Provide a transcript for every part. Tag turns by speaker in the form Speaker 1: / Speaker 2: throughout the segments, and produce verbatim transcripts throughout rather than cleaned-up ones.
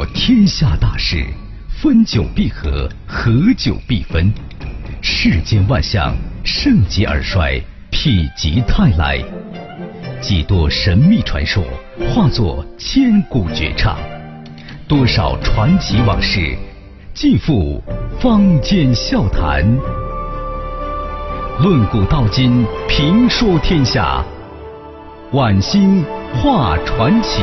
Speaker 1: 天下大事，分久必合，合久必分。世间万象，盛极而衰，否极泰来。几多神秘传说化作千古绝唱，多少传奇往事尽付坊间笑谈。论古道今，评说天下，晚星话传奇。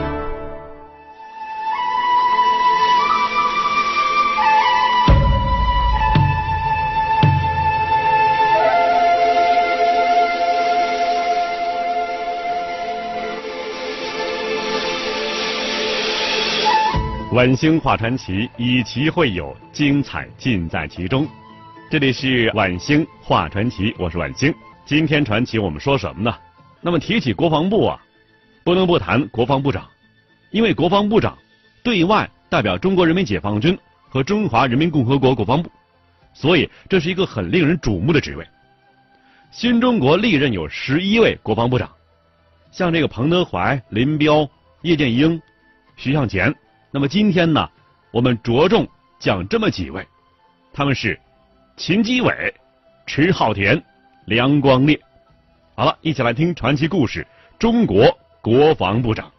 Speaker 2: 晚星话传奇，以奇会友，精彩尽在其中。这里是晚星话传奇，我是晚星。今天传奇我们说什么呢？那么提起国防部啊，不能不谈国防部长，因为国防部长对外代表中国人民解放军和中华人民共和国国防部，所以这是一个很令人瞩目的职位。新中国历任有十一位国防部长，像这个彭德怀、林彪、叶剑英、徐向前。那么今天呢，我们着重讲这么几位，他们是秦基伟、迟浩田、梁光烈。好了，一起来听传奇故事：中国国防部长。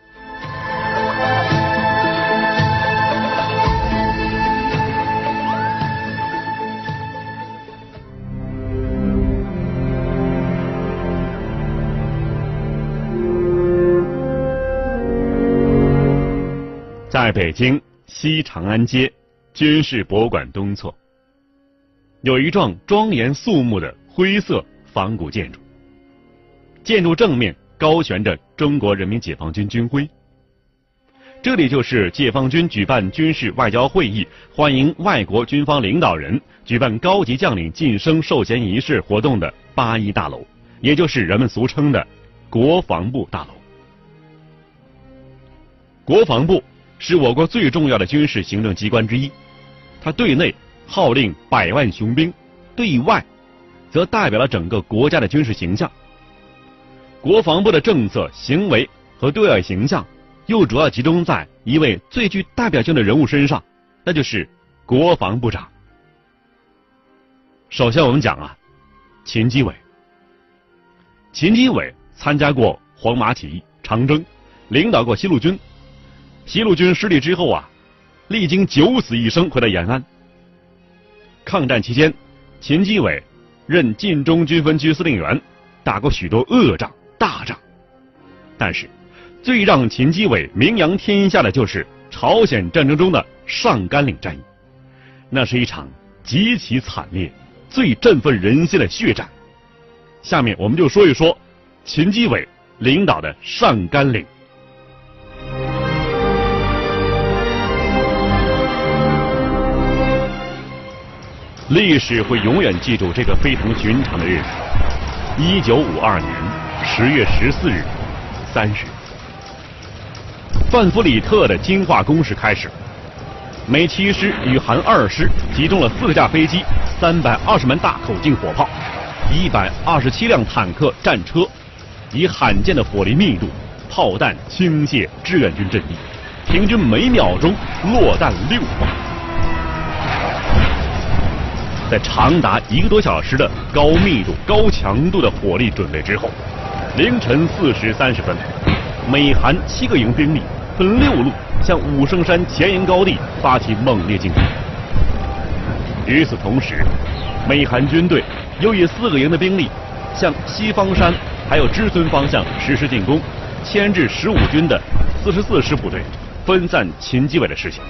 Speaker 2: 在北京西长安街军事博物馆东侧，有一幢庄严肃穆的灰色仿古建筑，建筑正面高悬着中国人民解放军军徽。这里就是解放军举办军事外交会议、欢迎外国军方领导人、举办高级将领晋升授衔仪式活动的八一大楼，也就是人们俗称的国防部大楼。国防部是我国最重要的军事行政机关之一，它对内号令百万雄兵，对外则代表了整个国家的军事形象。国防部的政策、行为和对外形象又主要集中在一位最具代表性的人物身上，那就是国防部长。首先我们讲啊，秦基伟。秦基伟参加过黄麻起义、长征，领导过西路军。西路军失利之后啊，历经九死一生回到延安。抗战期间，秦基伟任晋中军分区司令员，打过许多恶仗、大仗。但是，最让秦基伟名扬天下的就是朝鲜战争中的上甘岭战役，那是一场极其惨烈、最振奋人心的血战。下面我们就说一说秦基伟领导的上甘岭。历史会永远记住这个非同寻常的日子。一九五二年十月十四日三时，范弗里特的金化攻势开始。美七师与韩二师集中了四架飞机、三百二十门大口径火炮、一百二十七辆坦克、战车，以罕见的火力密度，炮弹倾泻志愿军阵地，平均每秒钟落弹六发。在长达一个多小时的高密度、高强度的火力准备之后，凌晨四时三十分，美韩七个营兵力分六路向武圣山前沿高地发起猛烈进攻。与此同时，美韩军队又以四个营的兵力向西方山还有知村方向实施进攻，牵制十五军的四十四师部队，分散秦基伟的视线。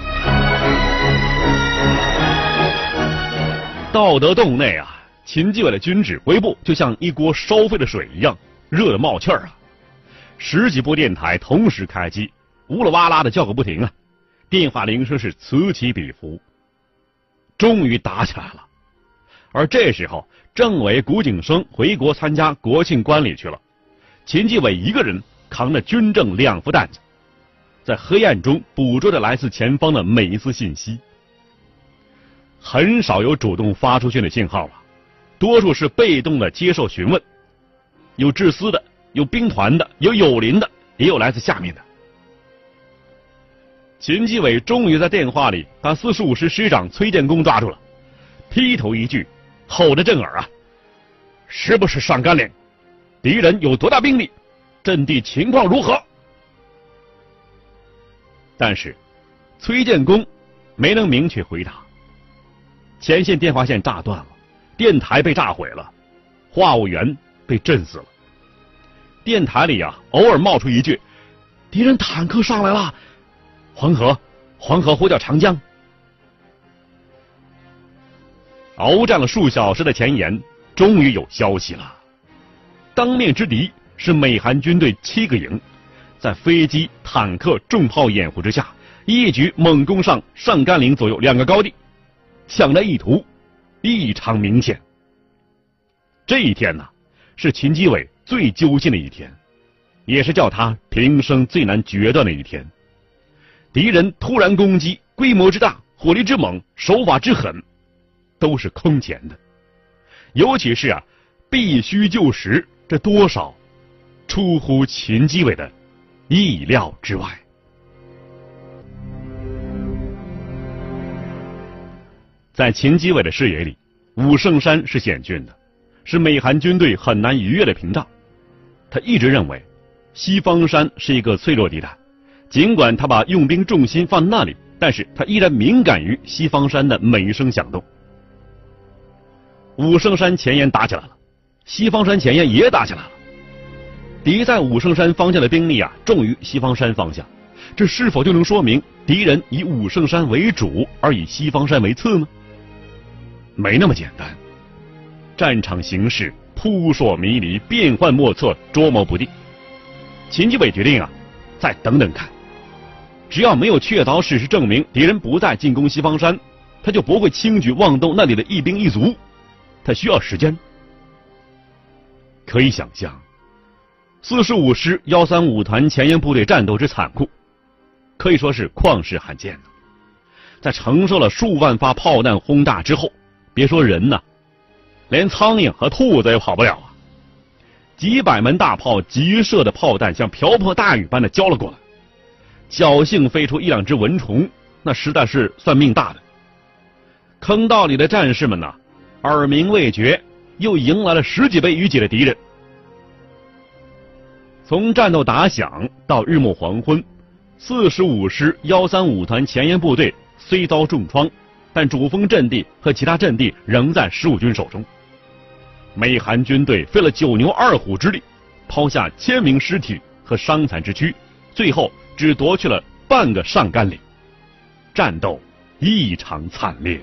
Speaker 2: 道德洞内啊，秦基伟的军指挥部就像一锅烧沸的水一样，热得冒气儿啊！十几部电台同时开机，呜啦哇啦的叫个不停啊！电话铃声是此起彼伏。终于打起来了。而这时候，政委谷景生回国参加国庆观礼去了，秦基伟一个人扛着军政两副担子，在黑暗中捕捉着来自前方的每一丝信息。很少有主动发出去的信号啊，多数是被动的接受询问，有自私的，有兵团的，有友邻的，也有来自下面的。 秦基伟终于在电话里把四十五师师长崔建功抓住了，劈头一句吼着震耳啊：是不是上甘岭？敌人有多大兵力？阵地情况如何？但是崔建功没能明确回答。前线电话线炸断了，电台被炸毁了，话务员被震死了。电台里啊，偶尔冒出一句：敌人坦克上来了，黄河，黄河呼叫长江。鏖战了数小时的前沿，终于有消息了。当面之敌是美韩军队七个营，在飞机、坦克、重炮掩护之下，一举猛攻上上甘岭左右两个高地，抢占意图异常明显。这一天呢，是秦基伟最揪心的一天，也是叫他平生最难决断的一天。敌人突然攻击，规模之大，火力之猛，手法之狠，都是空前的。尤其是啊，必须救时，这多少出乎秦基伟的意料之外。在秦基伟的视野里，武圣山是险峻的，是美韩军队很难逾越的屏障。他一直认为西方山是一个脆弱地带，尽管他把用兵重心放那里，但是他依然敏感于西方山的每一声响动。武圣山前沿打起来了，西方山前沿也打起来了。敌在武圣山方向的兵力啊，重于西方山方向，这是否就能说明敌人以武圣山为主，而以西方山为次呢？没那么简单。战场形势扑朔迷离，变幻莫测，捉摸不定。秦基伟决定啊，再等等看，只要没有确凿事实证明敌人不再进攻西方山，他就不会轻举妄动那里的一兵一卒，他需要时间。可以想象四十五师一三五团前沿部队战斗之残酷，可以说是旷世罕见的。在承受了数万发炮弹轰炸之后，别说人呐，连苍蝇和兔子也跑不了啊！几百门大炮急射的炮弹像瓢泼大雨般的浇了过来，侥幸飞出一两只蚊虫，那实在是算命大的。坑道里的战士们呐，耳鸣未绝，又迎来了十几倍于己的敌人。从战斗打响到日暮黄昏，四十五师一三五团前沿部队虽遭重创，但主峰阵地和其他阵地仍在十五军手中。美韩军队费了九牛二虎之力，抛下千名尸体和伤残之躯，最后只夺去了半个上甘岭，战斗异常惨烈。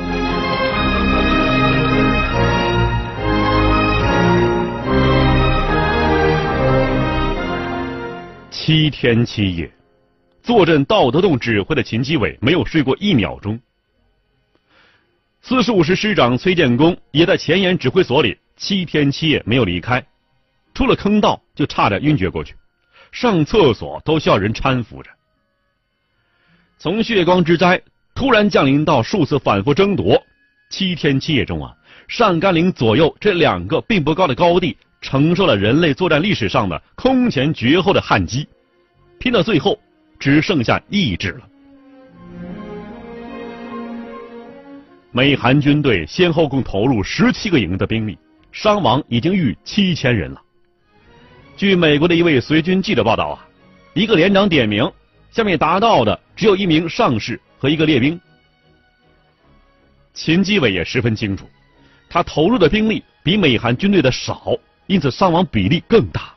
Speaker 2: 七天七夜，坐镇道德洞指挥的秦基伟没有睡过一秒钟。四十五师师长崔建功也在前沿指挥所里七天七夜没有离开，出了坑道就差点晕厥过去，上厕所都需要人搀扶着。从血光之灾突然降临到数次反复争夺，七天七夜中啊，上甘岭左右这两个并不高的高地承受了人类作战历史上的空前绝后的悍击，拼到最后只剩下意志了。美韩军队先后共投入十七个营的兵力，伤亡已经逾七千人了。据美国的一位随军记者报道啊，一个连长点名，下面达到的只有一名上士和一个列兵。秦基伟也十分清楚，他投入的兵力比美韩军队的少，因此伤亡比例更大。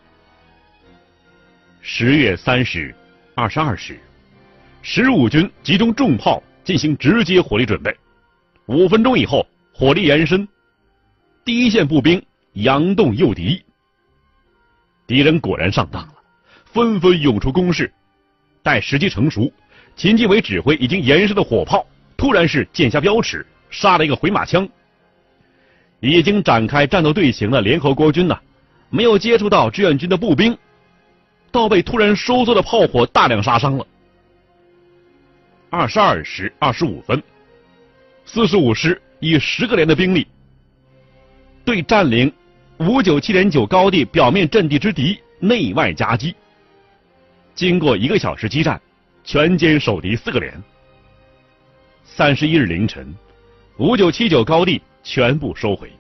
Speaker 2: 十月三十日二十二时，十五军集中重炮进行直接火力准备。五分钟以后，火力延伸，第一线步兵佯动诱敌。敌人果然上当了，纷纷涌出攻势。待时机成熟，秦基伟指挥已经延伸的火炮突然是箭下标尺，杀了一个回马枪。已经展开战斗队形的联合国军呢，没有接触到志愿军的步兵，倒被突然收缩的炮火大量杀伤了。二十二时二十五分，四十五师以十个连的兵力，对占领五九七点九高地表面阵地之敌内外夹击。经过一个小时激战， 全歼守敌四个连。三十一日凌晨，五九七九高地全部收回。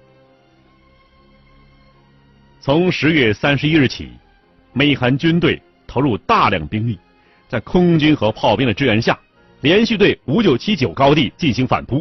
Speaker 2: 从十月三十一日起，美韩军队投入大量兵力，在空军和炮兵的支援下，连续对五九七九高地进行反扑。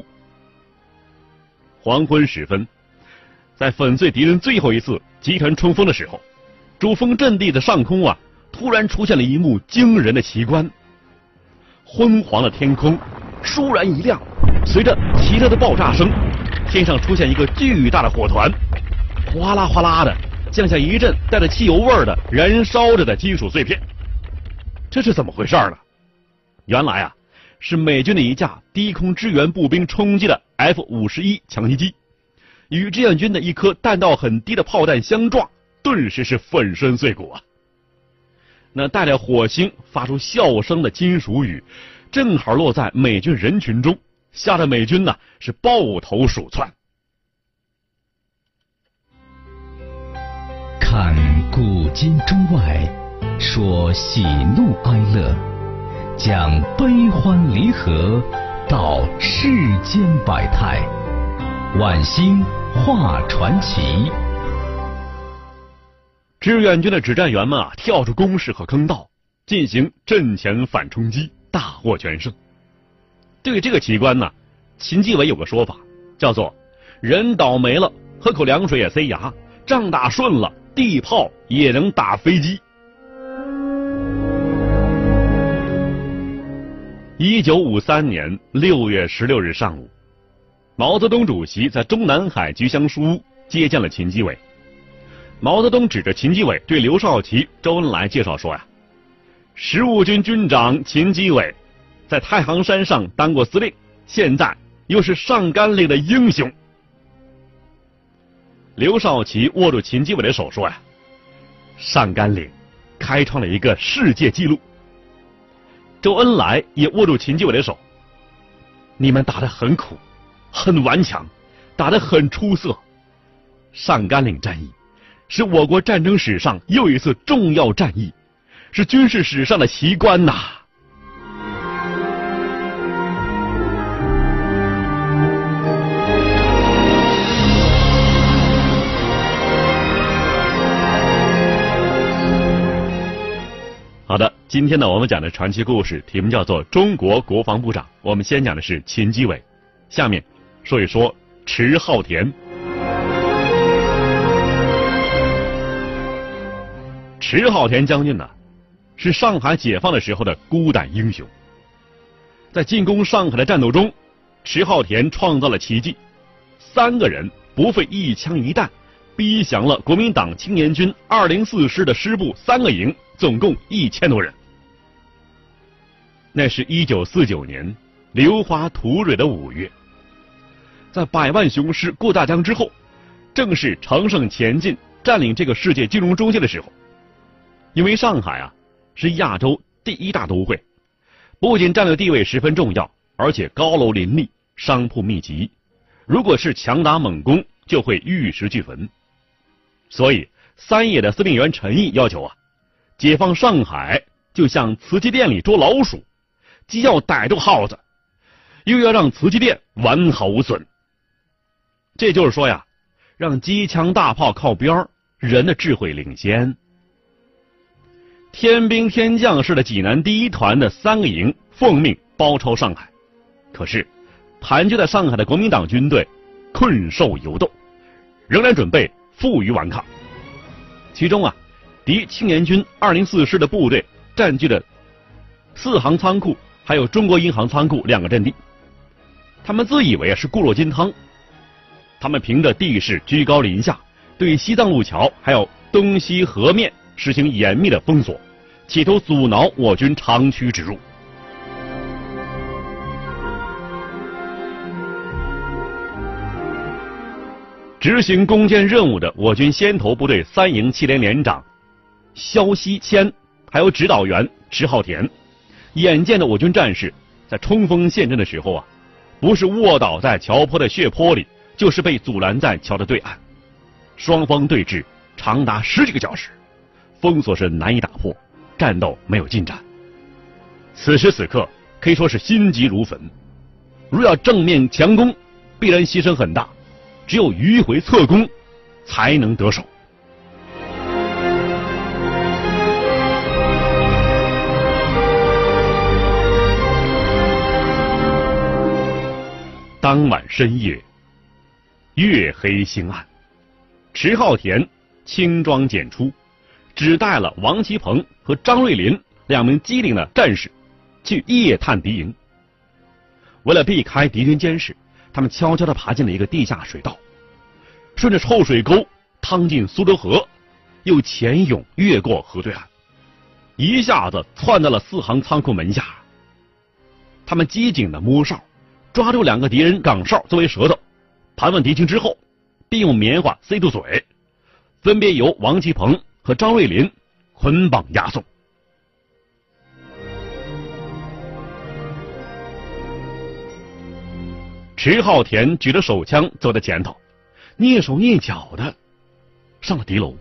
Speaker 2: 黄昏时分，在粉碎敌人最后一次集团冲锋的时候，主峰阵地的上空啊，突然出现了一幕惊人的奇观。昏黄的天空倏然一亮，随着奇特的爆炸声，天上出现一个巨大的火团，哗啦哗啦的降下一阵带着汽油味的燃烧着的金属碎片。这是怎么回事呢？原来啊，是美军的一架低空支援步兵冲击的 F 五十一 强袭机，与志愿军的一颗弹道很低的炮弹相撞，顿时是粉身碎骨啊！那带着火星发出笑声的金属雨，正好落在美军人群中，吓得美军呢是抱头鼠窜。
Speaker 1: 看古今中外，说喜怒哀乐，讲悲欢离合，道世间百态，晚星话传奇。
Speaker 2: 志愿军的指战员们啊，跳出工事和坑道，进行阵前反冲击，大获全胜。对这个奇观呢，秦基伟有个说法，叫做人倒霉了，喝口凉水也塞牙；仗打顺了，地炮也能打飞机。一九五三年六月十六日上午，毛泽东主席在中南海菊香书屋接见了秦基伟。毛泽东指着秦基伟对刘少奇、周恩来介绍说呀，十五军军长秦基伟在太行山上当过司令，现在又是上甘岭的英雄。刘少奇握住秦基伟的手说呀，上甘岭开创了一个世界纪录。周恩来也握住秦基伟的手，你们打得很苦，很顽强，打得很出色。上甘岭战役是我国战争史上又一次重要战役，是军事史上的奇观呐！好的，今天呢，我们讲的传奇故事题目叫做《中国国防部长》，我们先讲的是秦基伟，下面说一说迟浩田。迟浩田将军呢，是上海解放的时候的孤胆英雄。在进攻上海的战斗中，迟浩田创造了奇迹，三个人不费一枪一弹，逼降了国民党青年军二零四师的师部三个营，总共一千多人。那是一九四九年榴花吐蕊的五月，在百万雄师过大江之后，正是乘胜前进，占领这个世界金融中心的时候。因为上海啊是亚洲第一大都会，不仅战略地位十分重要，而且高楼林立，商铺密集，如果是强打猛攻，就会玉石俱焚。所以三野的司令员陈毅要求啊，解放上海就像瓷器店里捉老鼠，既要逮住耗子，又要让瓷器店完好无损。这就是说呀，让机枪大炮靠边，人的智慧领先。天兵天将式的济南第一团的三个营奉命包抄上海，可是盘踞在上海的国民党军队困兽犹斗，仍然准备负隅顽抗。其中啊，敌青年军二零四师的部队占据了四行仓库还有中国银行仓库两个阵地，他们自以为是固若金汤，他们凭着地势居高临下，对西藏路桥还有东西河面实行严密的封锁，企图阻挠我军长驱直入。执行攻坚任务的我军先头部队三营七连连长肖锡谦，还有指导员迟浩田，眼见着我军战士在冲锋陷阵的时候啊，不是卧倒在桥坡的血泊里，就是被阻拦在桥的对岸，双方对峙长达十几个小时，封锁是难以打破，战斗没有进展。 此时此刻可以说是心急如焚。如要正面强攻，必然牺牲很大，只有迂回侧攻才能得手。当晚深夜，月黑星暗，迟浩田轻装简出，只带了王其鹏和张瑞林两名机灵的战士去夜探敌营。为了避开敌军监视，他们悄悄地爬进了一个地下水道，顺着臭水沟趟进苏州河，又潜泳越过河对岸，一下子窜到了四行仓库门下。他们机警地摸哨，抓住两个敌人岗哨作为舌头，盘问敌情之后，并用棉花塞住嘴，分别由王其鹏和张瑞林捆绑押送。迟浩田举着手枪走在前头，蹑手蹑脚的上了敌楼。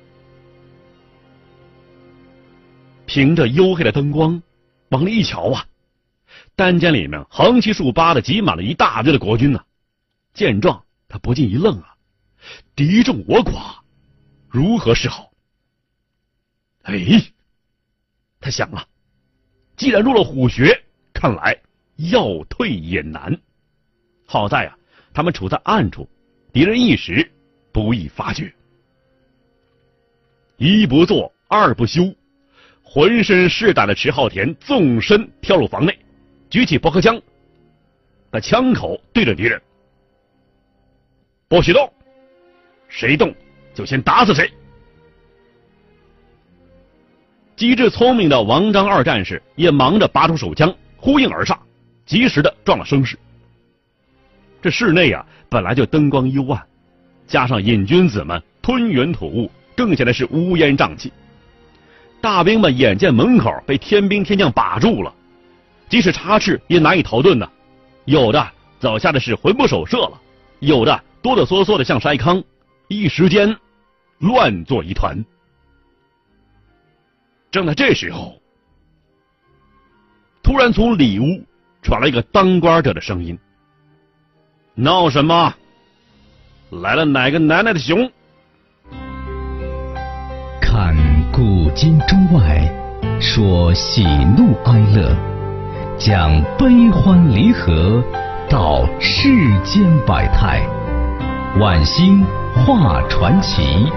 Speaker 2: 凭着黝黑的灯光往里一瞧啊，单间里面横七竖八的挤满了一大堆的国军呢、啊。见状，他不禁一愣啊，敌众我寡，如何是好？哎，他想啊，既然入了虎穴，看来要退也难。好在啊，他们处在暗处，敌人一时不易发觉。一不做二不休，浑身是胆的迟浩田纵身跳入房内，举起驳壳枪，那枪口对着敌人，不许动，谁动就先打死谁。机智聪明的王张二战士也忙着拔出手枪，呼应而上，及时的撞了声势。这室内啊，本来就灯光幽暗，加上瘾君子们吞云吐雾，更显得是乌烟瘴气。大兵们眼见门口被天兵天将把住了，即使插翅也难以逃遁呢、啊。有的早吓得是魂不守舍了，有的哆哆嗦嗦的像筛糠，一时间乱作一团。正在这时候，突然从里屋传来一个当官者的声音：“闹什么？来了哪个奶奶的熊？”
Speaker 1: 看古今中外，说喜怒哀乐，讲悲欢离合，道世间百态，晚星画传奇。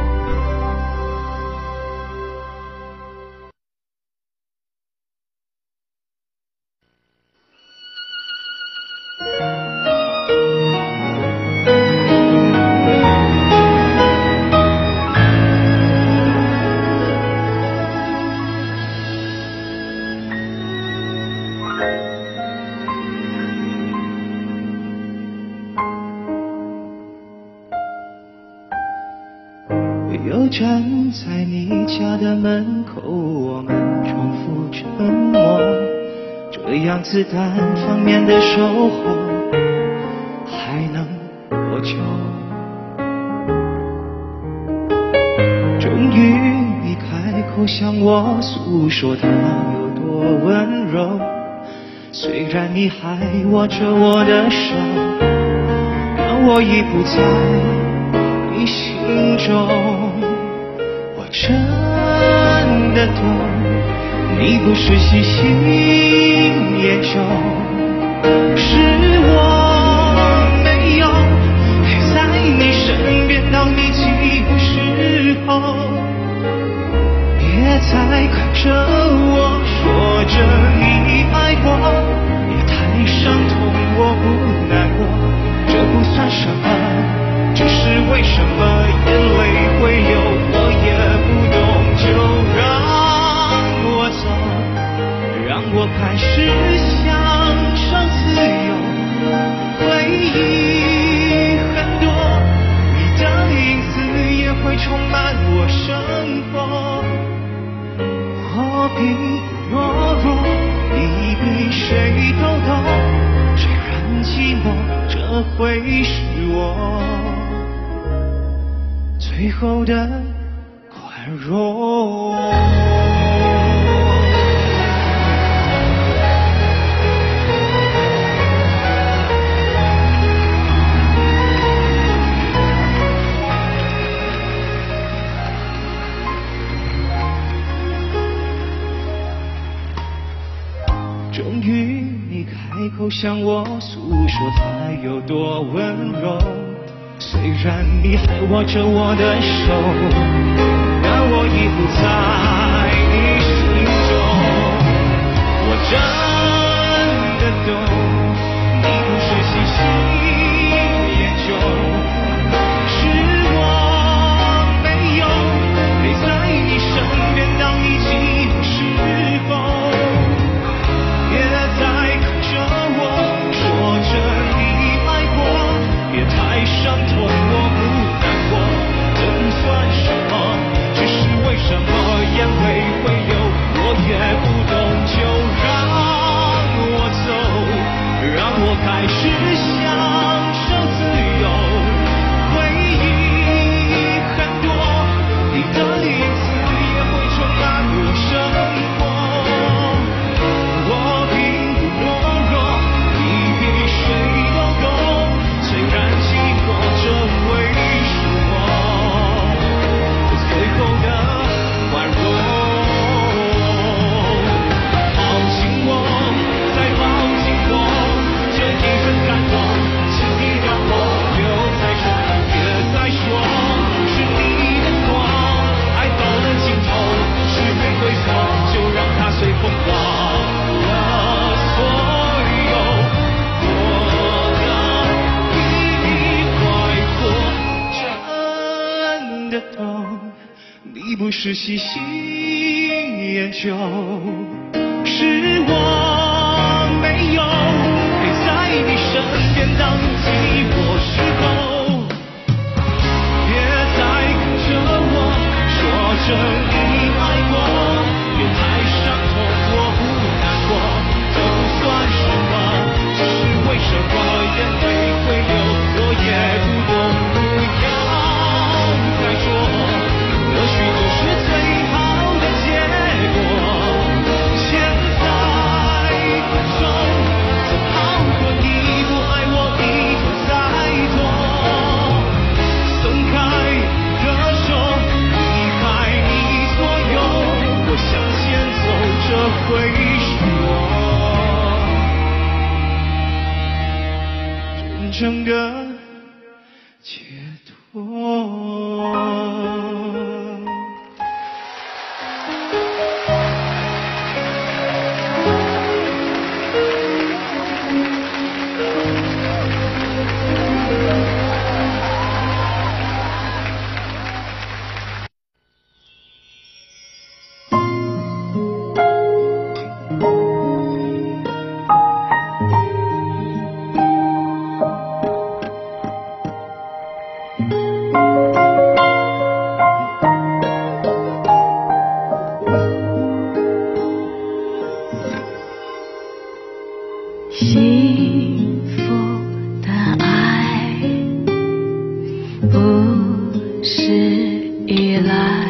Speaker 3: 又站在你家的门口，我们重复沉默，这样子单方面的收获还能多久？终于你开口向我诉说他有多温柔，虽然你还握着我的手，但我已不在你心中。我真的懂，你不是喜新厌旧，是我没有陪在你身边，当你寂寞时候，别再看着我说着你爱我，别太伤痛，我不难过，这不算什么，只是为什么眼泪会流，我也不懂，就让我走，让我开始享受自由，回忆很多，你的影子也会充满我生活，我并不懦弱，你比谁都懂，虽然寂寞，这会是我最后的宽容。 终于你开口向我诉说他有多温柔，虽然你还握着我的手，但我已不在你心中。我真的懂，你不是细心研究，是我没有陪在你身边，当你寂寞时候。别再看着我，说着你爱过，别太伤痛，我不难过，这不算什么，只是为什么眼泪会流，我也不懂，就让我走，让我开始享受自由。回忆很多，你的影子也会充满我生活。你不是细心研究，是我没有陪在你身边，当你寂寞时候。别再看着我，说着你爱过，别太伤痛，我不难过，这不算什么，只是为什么眼泪会流，我也不懂，不要再说。或许就是最好的结果。现在分手，总好过你不爱我一拖再拖。松开的手，离开你左右，我向前走，这会是我真正的解脱。
Speaker 4: 幸福的爱不是依赖，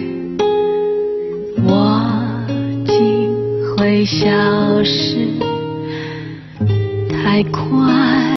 Speaker 4: 我竟会消失太快。